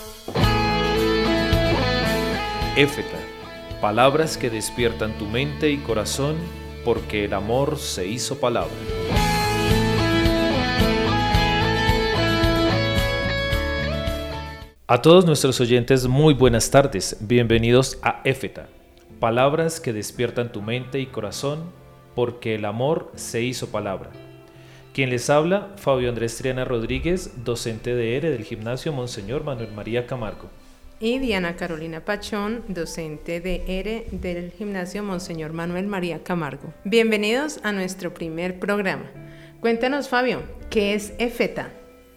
Éfeta, palabras que despiertan tu mente y corazón, porque el amor se hizo palabra. A todos nuestros oyentes, muy buenas tardes. Bienvenidos a Éfeta, palabras que despiertan tu mente y corazón, porque el amor se hizo palabra. Quien les habla, Fabio Andrés Triana Rodríguez, docente de ERE del Gimnasio Monseñor Manuel María Camargo. Y Diana Carolina Pachón, docente de ERE del Gimnasio Monseñor Manuel María Camargo. Bienvenidos a nuestro primer programa. Cuéntanos, Fabio, ¿qué es Éfeta?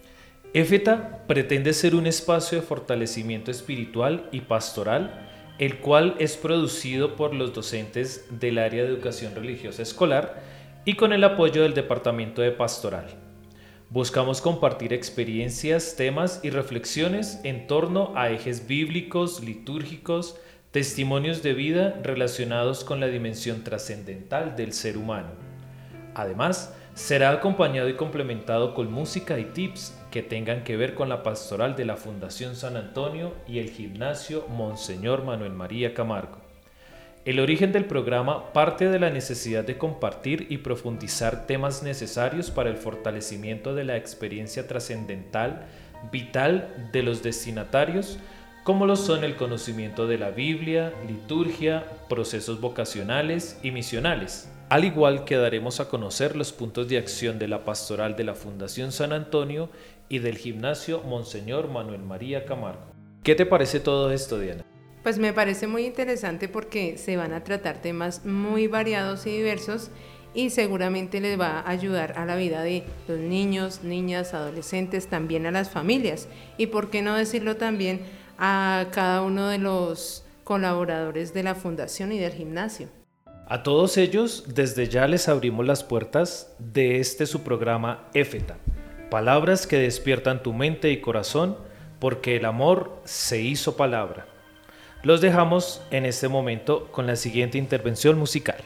Éfeta pretende ser un espacio de fortalecimiento espiritual y pastoral, el cual es producido por los docentes del área de educación religiosa escolar y con el apoyo del Departamento de Pastoral. Buscamos compartir experiencias, temas y reflexiones en torno a ejes bíblicos, litúrgicos, testimonios de vida relacionados con la dimensión trascendental del ser humano. Además, será acompañado y complementado con música y tips que tengan que ver con la pastoral de la Fundación San Antonio y el Gimnasio Monseñor Manuel María Camargo. El origen del programa parte de la necesidad de compartir y profundizar temas necesarios para el fortalecimiento de la experiencia trascendental, vital de los destinatarios, como lo son el conocimiento de la Biblia, liturgia, procesos vocacionales y misionales. Al igual que daremos a conocer los puntos de acción de la pastoral de la Fundación San Antonio y del Gimnasio Monseñor Manuel María Camargo. ¿Qué te parece todo esto, Diana? Pues me parece muy interesante porque se van a tratar temas muy variados y diversos y seguramente les va a ayudar a la vida de los niños, niñas, adolescentes, también a las familias y por qué no decirlo también a cada uno de los colaboradores de la Fundación y del gimnasio. A todos ellos, desde ya les abrimos las puertas de su programa Éfeta, palabras que despiertan tu mente y corazón, porque el amor se hizo palabra. Los dejamos en este momento con la siguiente intervención musical.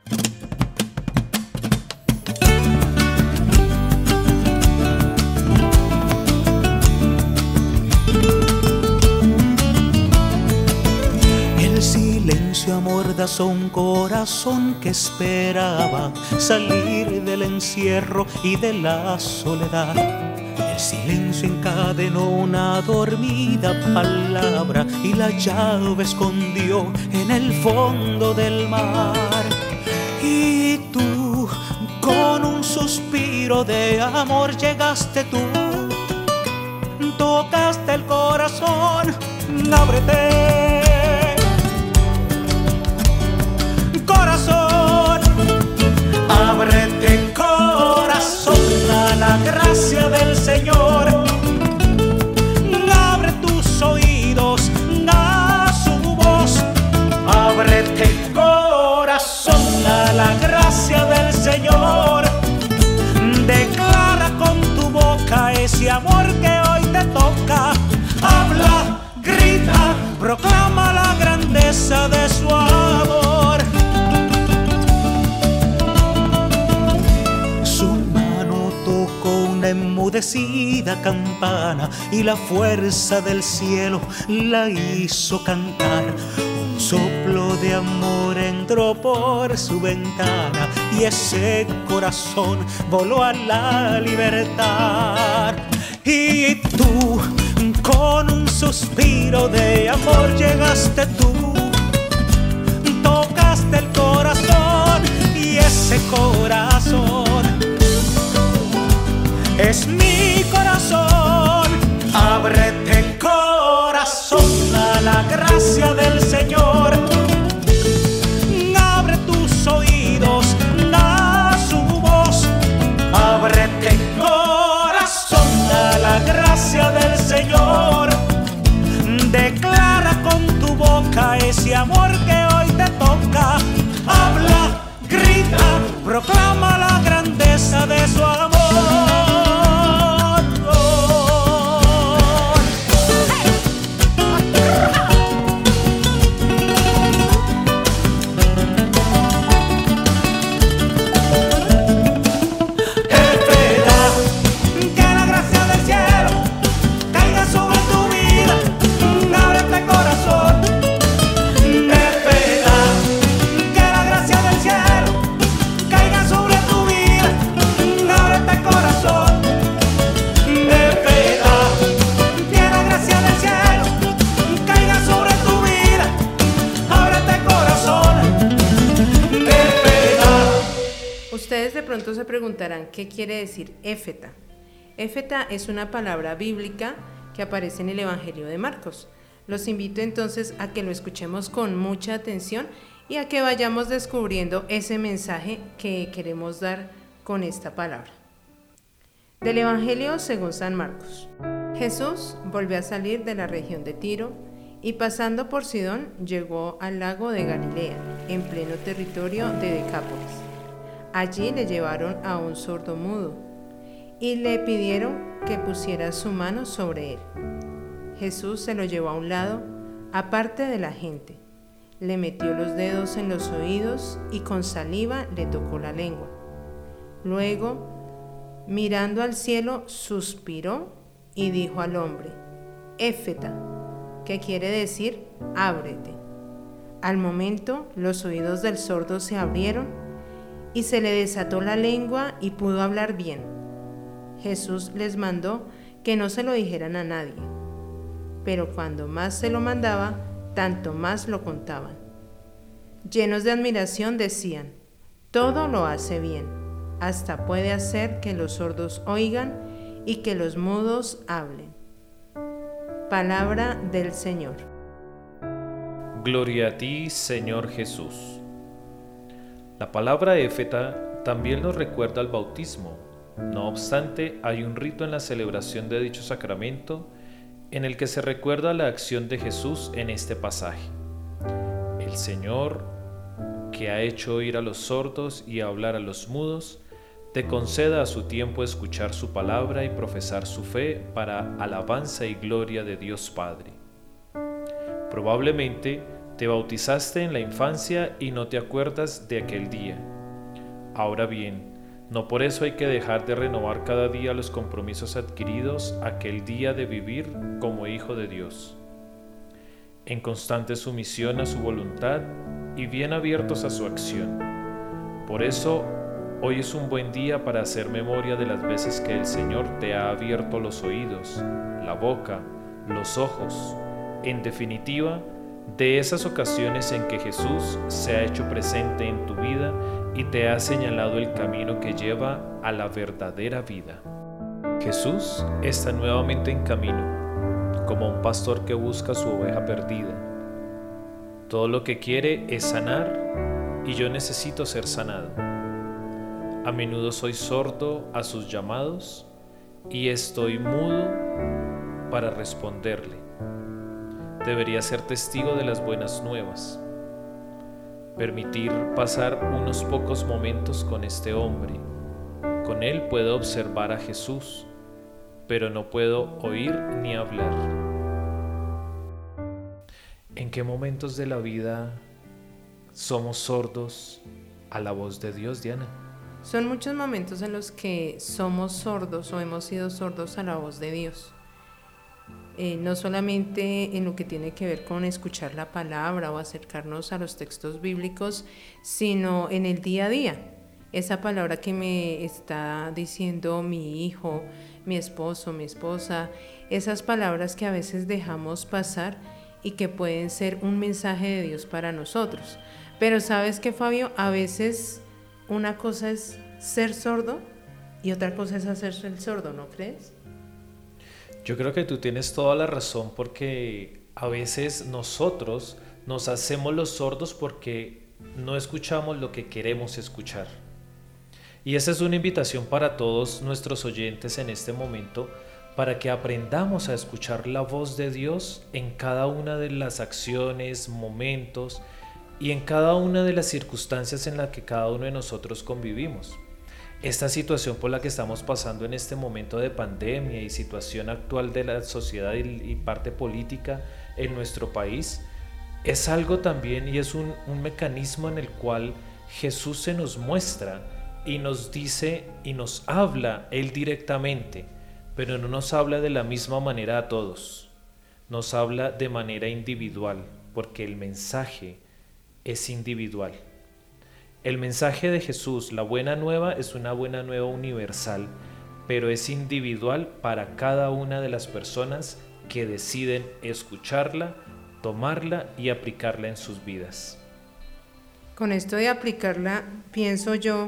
El silencio amordazó un corazón que esperaba salir del encierro y de la soledad. El silencio encadenó una dormida palabra y la llave escondió en el fondo del mar. Y tú, con un suspiro de amor llegaste tú, tocaste el corazón, ábrete, corazón, ábrete, corazón, a la gracia del Señor. Abre tus oídos a su voz. Ábrete, corazón, a la gracia del Señor. Declara con tu boca ese amor que hoy te toca. Habla, grita, proclama la grandeza de su amor. Enmudecida campana y la fuerza del cielo la hizo cantar. Un soplo de amor entró por su ventana y ese corazón voló a la libertad. Y tú, con un suspiro de amor llegaste tú, tocaste el corazón y ese corazón es mi corazón. Ábrete, corazón, a la gracia del Señor. Abre tus oídos a su voz. Ábrete, corazón, a la gracia del Señor. Declara con tu boca ese amor que hoy te toca. Habla, grita, proclama la grandeza de su amor. qué quiere decir éfeta. Éfeta es una palabra bíblica que aparece en el Evangelio de Marcos. Los invito entonces a que lo escuchemos con mucha atención y a que vayamos descubriendo ese mensaje que queremos dar con esta palabra. Del Evangelio según San Marcos. Jesús volvió a salir de la región de Tiro y pasando por Sidón llegó al lago de Galilea, en pleno territorio de Decápolis. Allí le llevaron a un sordo mudo y le pidieron que pusiera su mano sobre él. Jesús se lo llevó a un lado, aparte de la gente. Le metió los dedos en los oídos y con saliva le tocó la lengua. Luego, mirando al cielo, suspiró y dijo al hombre: Éfeta, que quiere decir ábrete. Al momento, los oídos del sordo se abrieron y se le desató la lengua y pudo hablar bien. Jesús les mandó que no se lo dijeran a nadie, pero cuando más se lo mandaba, tanto más lo contaban. Llenos de admiración decían: todo lo hace bien, hasta puede hacer que los sordos oigan y que los mudos hablen. Palabra del Señor. Gloria a ti, Señor Jesús. La palabra éfeta también nos recuerda al bautismo. No obstante, hay un rito en la celebración de dicho sacramento en el que se recuerda la acción de Jesús en este pasaje. El Señor, que ha hecho oír a los sordos y hablar a los mudos, te conceda a su tiempo escuchar su palabra y profesar su fe para alabanza y gloria de Dios Padre. Probablemente te bautizaste en la infancia y no te acuerdas de aquel día. Ahora bien, no por eso hay que dejar de renovar cada día los compromisos adquiridos aquel día de vivir como hijo de Dios, en constante sumisión a su voluntad y bien abiertos a su acción. Por eso, hoy es un buen día para hacer memoria de las veces que el Señor te ha abierto los oídos, la boca, los ojos, en definitiva, de esas ocasiones en que Jesús se ha hecho presente en tu vida y te ha señalado el camino que lleva a la verdadera vida. Jesús está nuevamente en camino, como un pastor que busca su oveja perdida. Todo lo que quiere es sanar y yo necesito ser sanado. A menudo soy sordo a sus llamados y estoy mudo para responderle. Debería ser testigo de las buenas nuevas. Permitir pasar unos pocos momentos con este hombre. Con él puedo observar a Jesús, pero no puedo oír ni hablar. ¿En qué momentos de la vida somos sordos a la voz de Dios, Diana? Son muchos momentos en los que somos sordos o hemos sido sordos a la voz de Dios. No solamente en lo que tiene que ver con escuchar la palabra o acercarnos a los textos bíblicos, sino en el día a día. Esa palabra que me está diciendo mi hijo, mi esposo, mi esposa, esas palabras que a veces dejamos pasar y que pueden ser un mensaje de Dios para nosotros. Pero ¿sabes qué, Fabio? A veces una cosa es ser sordo y otra cosa es hacerse el sordo, ¿no crees? Yo creo que tú tienes toda la razón, porque a veces nosotros nos hacemos los sordos porque no escuchamos lo que queremos escuchar. Y esa es una invitación para todos nuestros oyentes en este momento, para que aprendamos a escuchar la voz de Dios en cada una de las acciones, momentos y en cada una de las circunstancias en las que cada uno de nosotros convivimos. Esta situación por la que estamos pasando en este momento de pandemia y situación actual de la sociedad y parte política en nuestro país es algo también y es un mecanismo en el cual Jesús se nos muestra y nos dice y nos habla Él directamente, pero no nos habla de la misma manera a todos, nos habla de manera individual, porque el mensaje es individual. El mensaje de Jesús, la buena nueva, es una buena nueva universal, pero es individual para cada una de las personas que deciden escucharla, tomarla y aplicarla en sus vidas. Con esto de aplicarla, pienso yo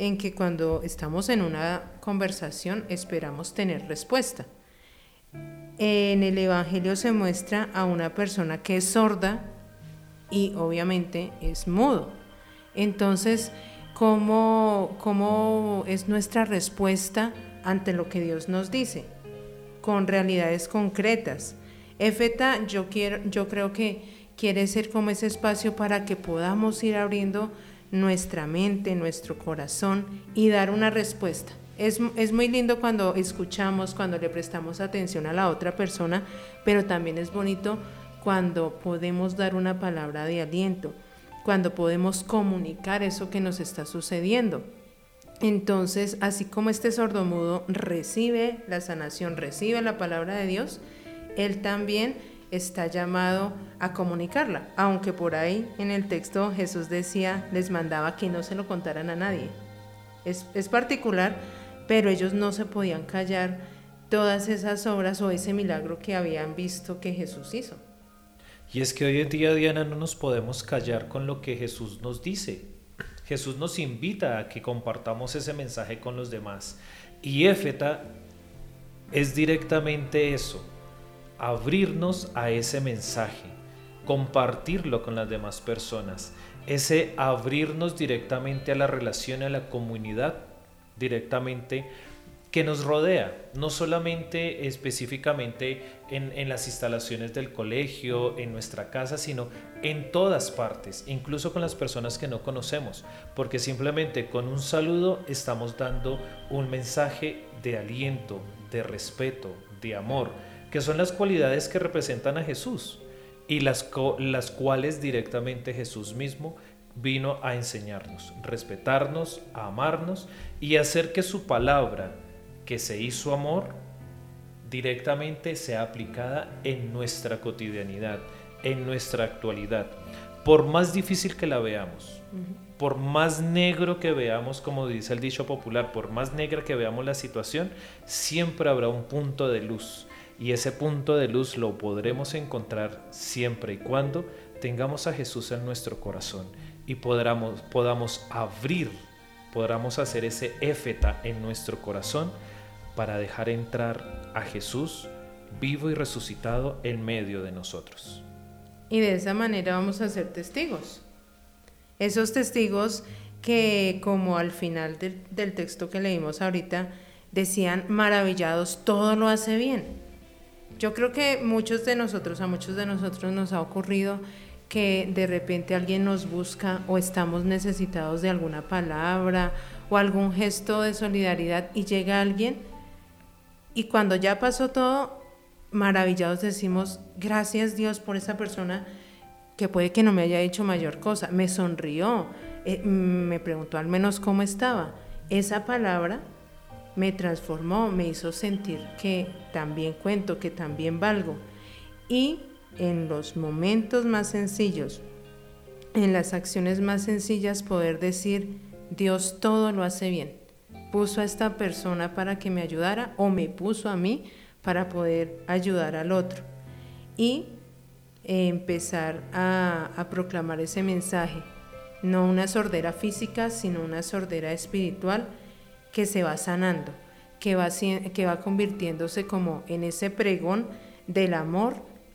en que cuando estamos en una conversación esperamos tener respuesta. En el Evangelio se muestra a una persona que es sorda y obviamente es mudo. Entonces, ¿cómo es nuestra respuesta ante lo que Dios nos dice? Con realidades concretas. Éfeta, yo creo que quiere ser como ese espacio para que podamos ir abriendo nuestra mente, nuestro corazón y dar una respuesta. Es muy lindo cuando escuchamos, cuando le prestamos atención a la otra persona, pero también es bonito cuando podemos dar una palabra de aliento, cuando podemos comunicar eso que nos está sucediendo. Entonces, así como este sordomudo recibe la sanación, recibe la palabra de Dios, él también está llamado a comunicarla, aunque por ahí en el texto Jesús decía, les mandaba que no se lo contaran a nadie. Es particular, pero ellos no se podían callar todas esas obras o ese milagro que habían visto que Jesús hizo. Y es que hoy en día, Diana, no nos podemos callar con lo que Jesús nos dice. Jesús nos invita a que compartamos ese mensaje con los demás. Y Éfeta es directamente eso, abrirnos a ese mensaje, compartirlo con las demás personas, ese abrirnos directamente a la relación, a la comunidad directamente que nos rodea, no solamente específicamente en las instalaciones del colegio, en nuestra casa, sino en todas partes, incluso con las personas que no conocemos, porque simplemente con un saludo estamos dando un mensaje de aliento, de respeto, de amor, que son las cualidades que representan a Jesús y las cuales directamente Jesús mismo vino a enseñarnos, respetarnos, a amarnos y hacer que su palabra, que se hizo amor, directamente sea aplicada en nuestra cotidianidad, en nuestra actualidad. Por más difícil que la veamos, por más negro que veamos, como dice el dicho popular, por más negra que veamos la situación, siempre habrá un punto de luz. Y ese punto de luz lo podremos encontrar siempre y cuando tengamos a Jesús en nuestro corazón y podamos hacer ese éfeta en nuestro corazón para dejar entrar a Jesús vivo y resucitado en medio de nosotros. Y de esa manera vamos a ser testigos. Esos testigos que, como al final del texto que leímos ahorita, decían, maravillados, todo lo hace bien. Yo creo que a muchos de nosotros nos ha ocurrido que de repente alguien nos busca o estamos necesitados de alguna palabra o algún gesto de solidaridad y llega alguien y cuando ya pasó todo, maravillados decimos, gracias Dios por esa persona que puede que no me haya hecho mayor cosa, me sonrió, me preguntó al menos cómo estaba. Esa palabra me transformó, me hizo sentir que también cuento, que también valgo. Y en los momentos más sencillos, en las acciones más sencillas, poder decir, Dios todo lo hace bien. Puso a esta persona para que me ayudara o me puso a mí para poder ayudar al otro. Y empezar a proclamar ese mensaje, no una sordera física, sino una sordera espiritual que se va sanando, que va convirtiéndose como en ese pregón del amor,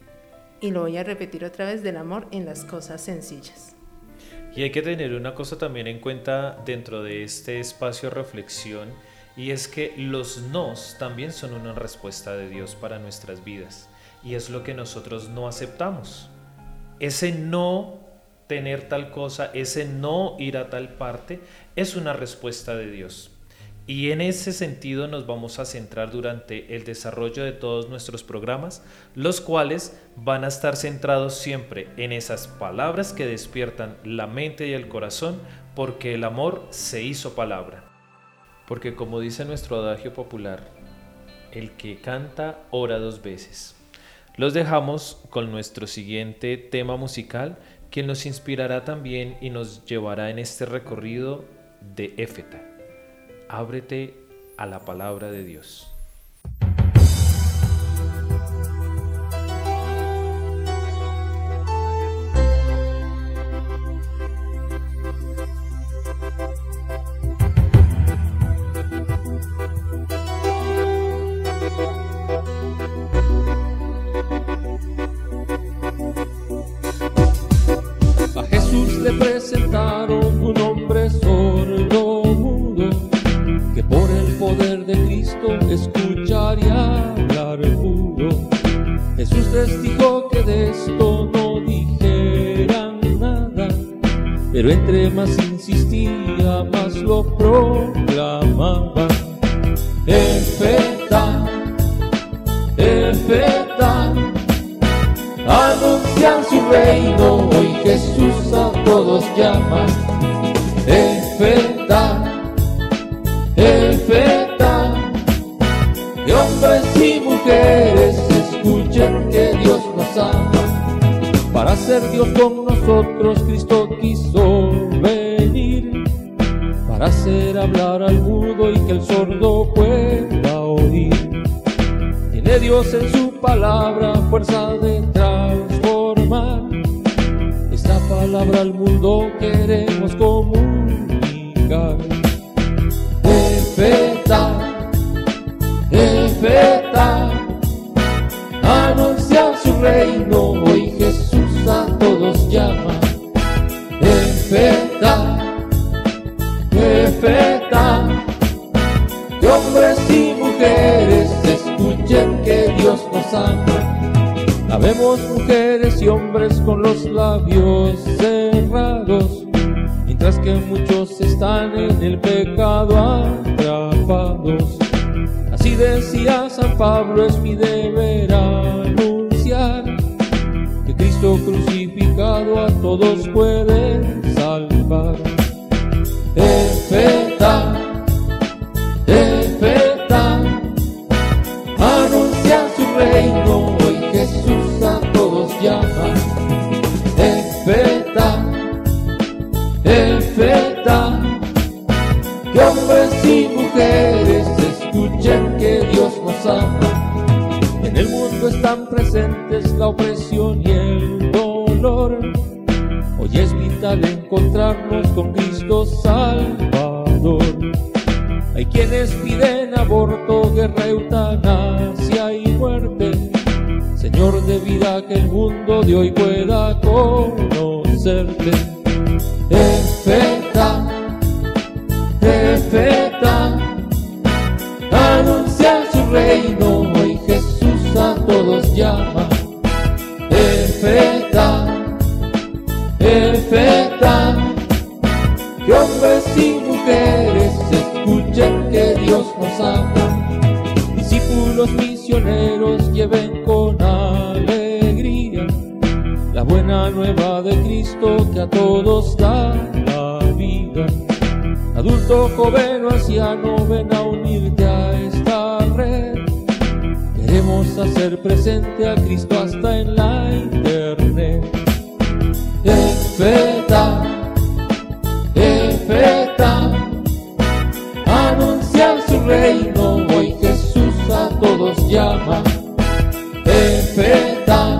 y lo voy a repetir otra vez, del amor en las cosas sencillas. Y hay que tener una cosa también en cuenta dentro de este espacio de reflexión, y es que los nos también son una respuesta de Dios para nuestras vidas, y es lo que nosotros no aceptamos. Ese no tener tal cosa, ese no ir a tal parte, es una respuesta de Dios. Y en ese sentido nos vamos a centrar durante el desarrollo de todos nuestros programas, los cuales van a estar centrados siempre en esas palabras que despiertan la mente y el corazón, porque el amor se hizo palabra. Porque como dice nuestro adagio popular, el que canta ora dos veces. Los dejamos con nuestro siguiente tema musical, que nos inspirará también y nos llevará en este recorrido de Éfeta. Ábrete a la palabra de Dios. presentaron un hombre sordo mudo, que por el poder de Cristo escuchar y hablar pudo. Jesús les dijo que de esto no dijeran nada, pero entre más insistía, más lo proclamaba. Efeta, Efeta, anuncian su reino, hoy Jesús a todos llama. Efeta, Efeta, que hombres y mujeres escuchen que Dios nos ama. Para ser Dios con nosotros, Cristo quiso venir, para hacer hablar al mudo y que el sordo pueda oír. Tiene Dios en su palabra fuerza de transformar. Esta palabra al mundo queremos comunicar. Efeta, Efeta, anuncia su reino, hoy Jesús a todos llama. Efeta, Efeta, que hombres y mujeres escuchen que Dios nos ama. Habemos mujeres y hombres con los labios cerrados, mientras que muchos están en el pecado atrapados. Así decía San Pablo, es mi deber anunciar que Cristo crucificado a todos puede salvar. Efeta, Efeta, anuncia su reino, hoy Jesús a todos llama. Efeta, Efeta, que hombres y mujeres escuchen que Dios nos ama. En el mundo están presentes la opresión y el dolor. Hoy es vital encontrarnos con Cristo Salvador. Hay quienes piden aborto, guerra, eutanasia y muerte. Señor de vida, que el mundo de hoy pueda conocerte. Efeta, Efeta, anuncia su reino, hoy Jesús a todos llama. Efeta, Efeta, que hombres y mujeres escuchen que Dios nos ama. Discípulos misioneros lleven con alegría la buena nueva de Cristo que a todos da la vida. Adulto, joven o anciano, ven a unirte a esta red. Queremos hacer presente a Cristo hasta en la internet. Efeta, Efeta, anuncia su reino, hoy Jesús a todos llama. Efeta,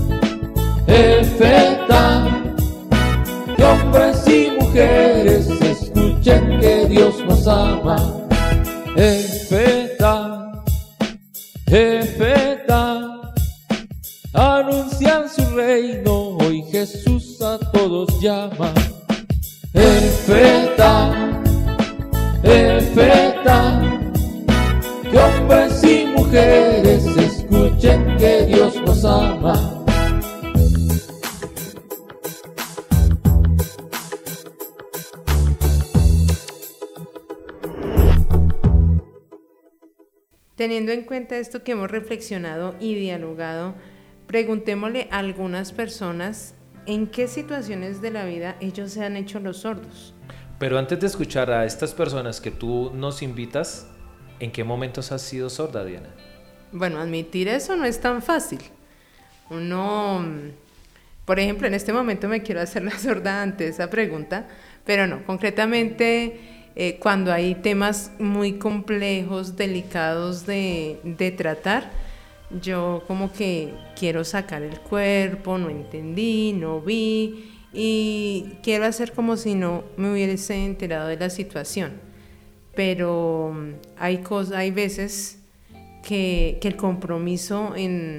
Efeta, que hombres y mujeres escuchen que Dios nos ama. Efeta, Efeta, anuncian su reino, hoy Jesús a todos llama. Efeta, Efeta, que hombres y mujeres escuchen que Dios nos ama. Teniendo en cuenta esto que hemos reflexionado y dialogado, preguntémosle a algunas personas en qué situaciones de la vida ellos se han hecho los sordos. Pero antes de escuchar a estas personas que tú nos invitas, ¿en qué momentos has sido sorda, Diana? Bueno, admitir eso no es tan fácil. Uno, por ejemplo, en este momento me quiero hacer la sorda ante esa pregunta, pero no, concretamente cuando hay temas muy complejos, delicados de tratar, yo como que quiero sacar el cuerpo, no entendí, no vi y quiero hacer como si no me hubiese enterado de la situación. Pero hay veces que el compromiso en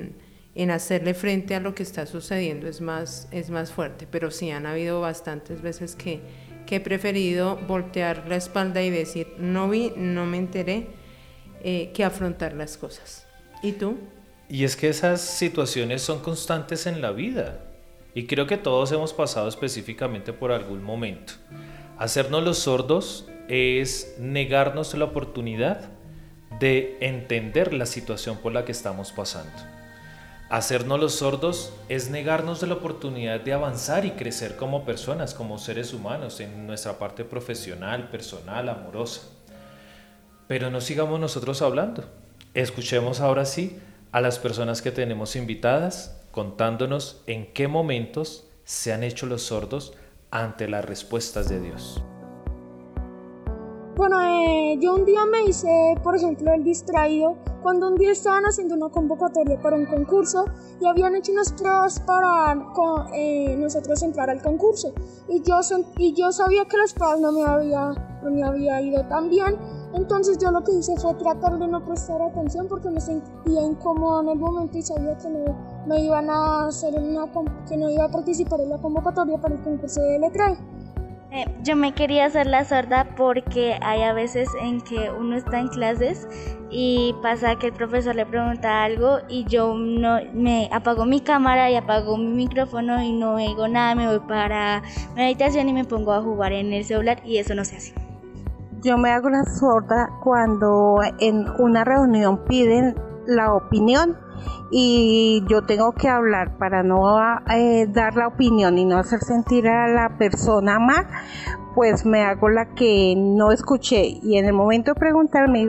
en hacerle frente a lo que está sucediendo es más fuerte. Pero sí, han habido bastantes veces que he preferido voltear la espalda y decir, no vi, no me enteré, que afrontar las cosas. ¿Y tú? Y es que esas situaciones son constantes en la vida. Y creo que todos hemos pasado específicamente por algún momento. Hacernos los sordos es negarnos la oportunidad de entender la situación por la que estamos pasando. Hacernos los sordos es negarnos la oportunidad de avanzar y crecer como personas, como seres humanos, en nuestra parte profesional, personal, amorosa. Pero no sigamos nosotros hablando. Escuchemos ahora sí a las personas que tenemos invitadas, contándonos en qué momentos se han hecho los sordos ante las respuestas de Dios. Bueno, yo un día me hice, por ejemplo, el distraído cuando un día estaban haciendo una convocatoria para un concurso y habían hecho unas pruebas para nosotros entrar al concurso. Y yo sabía que las pruebas no me había ido tan bien, entonces yo lo que hice fue tratar de no prestar atención porque me sentía incómoda en el momento y sabía que no iban a hacer que no iba a participar en la convocatoria para el concurso de letreo. Yo me quería hacer la sorda porque hay a veces en que uno está en clases y pasa que el profesor le pregunta algo y yo me apago mi cámara y apago mi micrófono y no oigo nada, me voy para mi habitación y me pongo a jugar en el celular y eso no se hace. Yo me hago la sorda cuando en una reunión piden la opinión y yo tengo que hablar para no dar la opinión y no hacer sentir a la persona mal, pues me hago la que no escuché y en el momento de preguntarme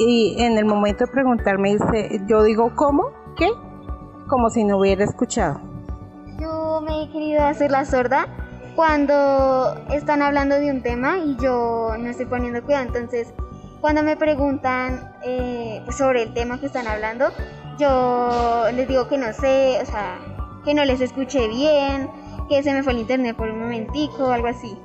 yo digo ¿cómo? ¿Qué? Como si no hubiera escuchado. Yo me he querido hacer la sorda cuando están hablando de un tema y yo no estoy poniendo cuidado, entonces cuando me preguntan sobre el tema que están hablando, yo les digo que no sé, o sea, que no les escuché bien, que se me fue el internet por un momentico, algo así.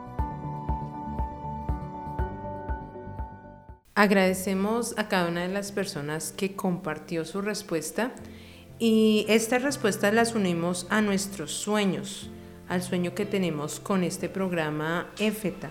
Agradecemos a cada una de las personas que compartió su respuesta y estas respuestas las unimos a nuestros sueños, al sueño que tenemos con este programa Éfeta.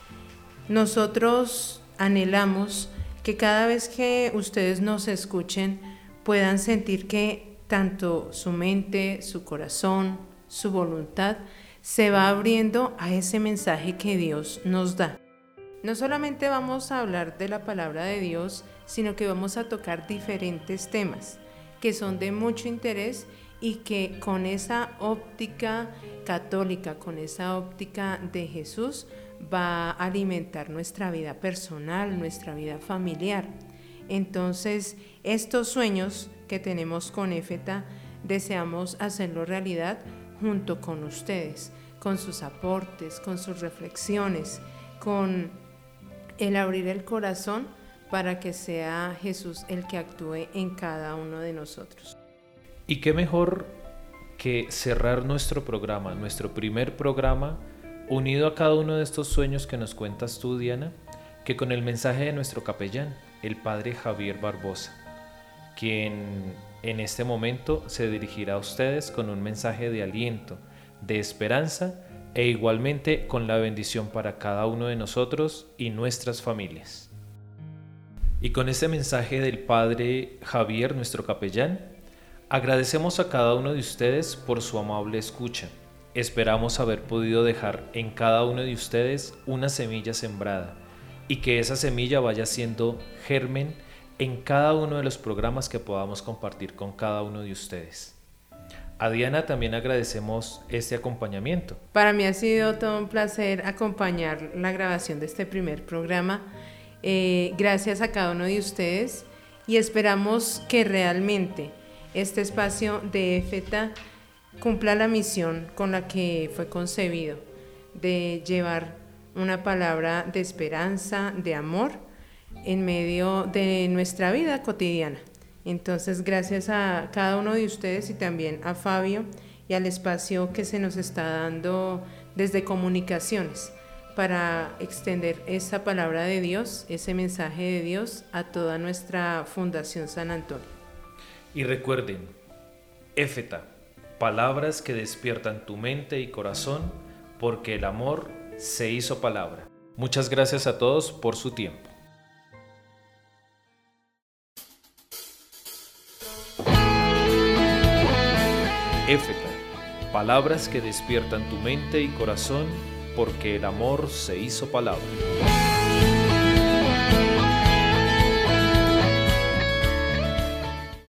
Nosotros anhelamos que cada vez que ustedes nos escuchen puedan sentir que tanto su mente, su corazón, su voluntad se va abriendo a ese mensaje que Dios nos da. No solamente vamos a hablar de la palabra de Dios, sino que vamos a tocar diferentes temas que son de mucho interés y que con esa óptica católica, con esa óptica de Jesús, va a alimentar nuestra vida personal, nuestra vida familiar. Entonces, estos sueños que tenemos con Éfeta, deseamos hacerlo realidad junto con ustedes, con sus aportes, con sus reflexiones, con el abrir el corazón para que sea Jesús el que actúe en cada uno de nosotros. Y qué mejor que cerrar nuestro programa, nuestro primer programa, unido a cada uno de estos sueños que nos cuentas tú, Diana, que con el mensaje de nuestro capellán, el padre Javier Barbosa, quien en este momento se dirigirá a ustedes con un mensaje de aliento, de esperanza e igualmente con la bendición para cada uno de nosotros y nuestras familias. Y con este mensaje del padre Javier, nuestro capellán, agradecemos a cada uno de ustedes por su amable escucha. Esperamos haber podido dejar en cada uno de ustedes una semilla sembrada y que esa semilla vaya siendo germen en cada uno de los programas que podamos compartir con cada uno de ustedes. A Diana también agradecemos este acompañamiento. Para mí ha sido todo un placer acompañar la grabación de este primer programa. Gracias a cada uno de ustedes y esperamos que realmente este espacio de Éfeta cumpla la misión con la que fue concebido, de llevar una palabra de esperanza, de amor en medio de nuestra vida cotidiana. Entonces, gracias a cada uno de ustedes y también a Fabio y al espacio que se nos está dando desde Comunicaciones para extender esa palabra de Dios, ese mensaje de Dios a toda nuestra Fundación San Antonio. Y recuerden, Éfeta, palabras que despiertan tu mente y corazón, porque el amor se hizo palabra. Muchas gracias a todos por su tiempo. Éfeta, palabras que despiertan tu mente y corazón, porque el amor se hizo palabra.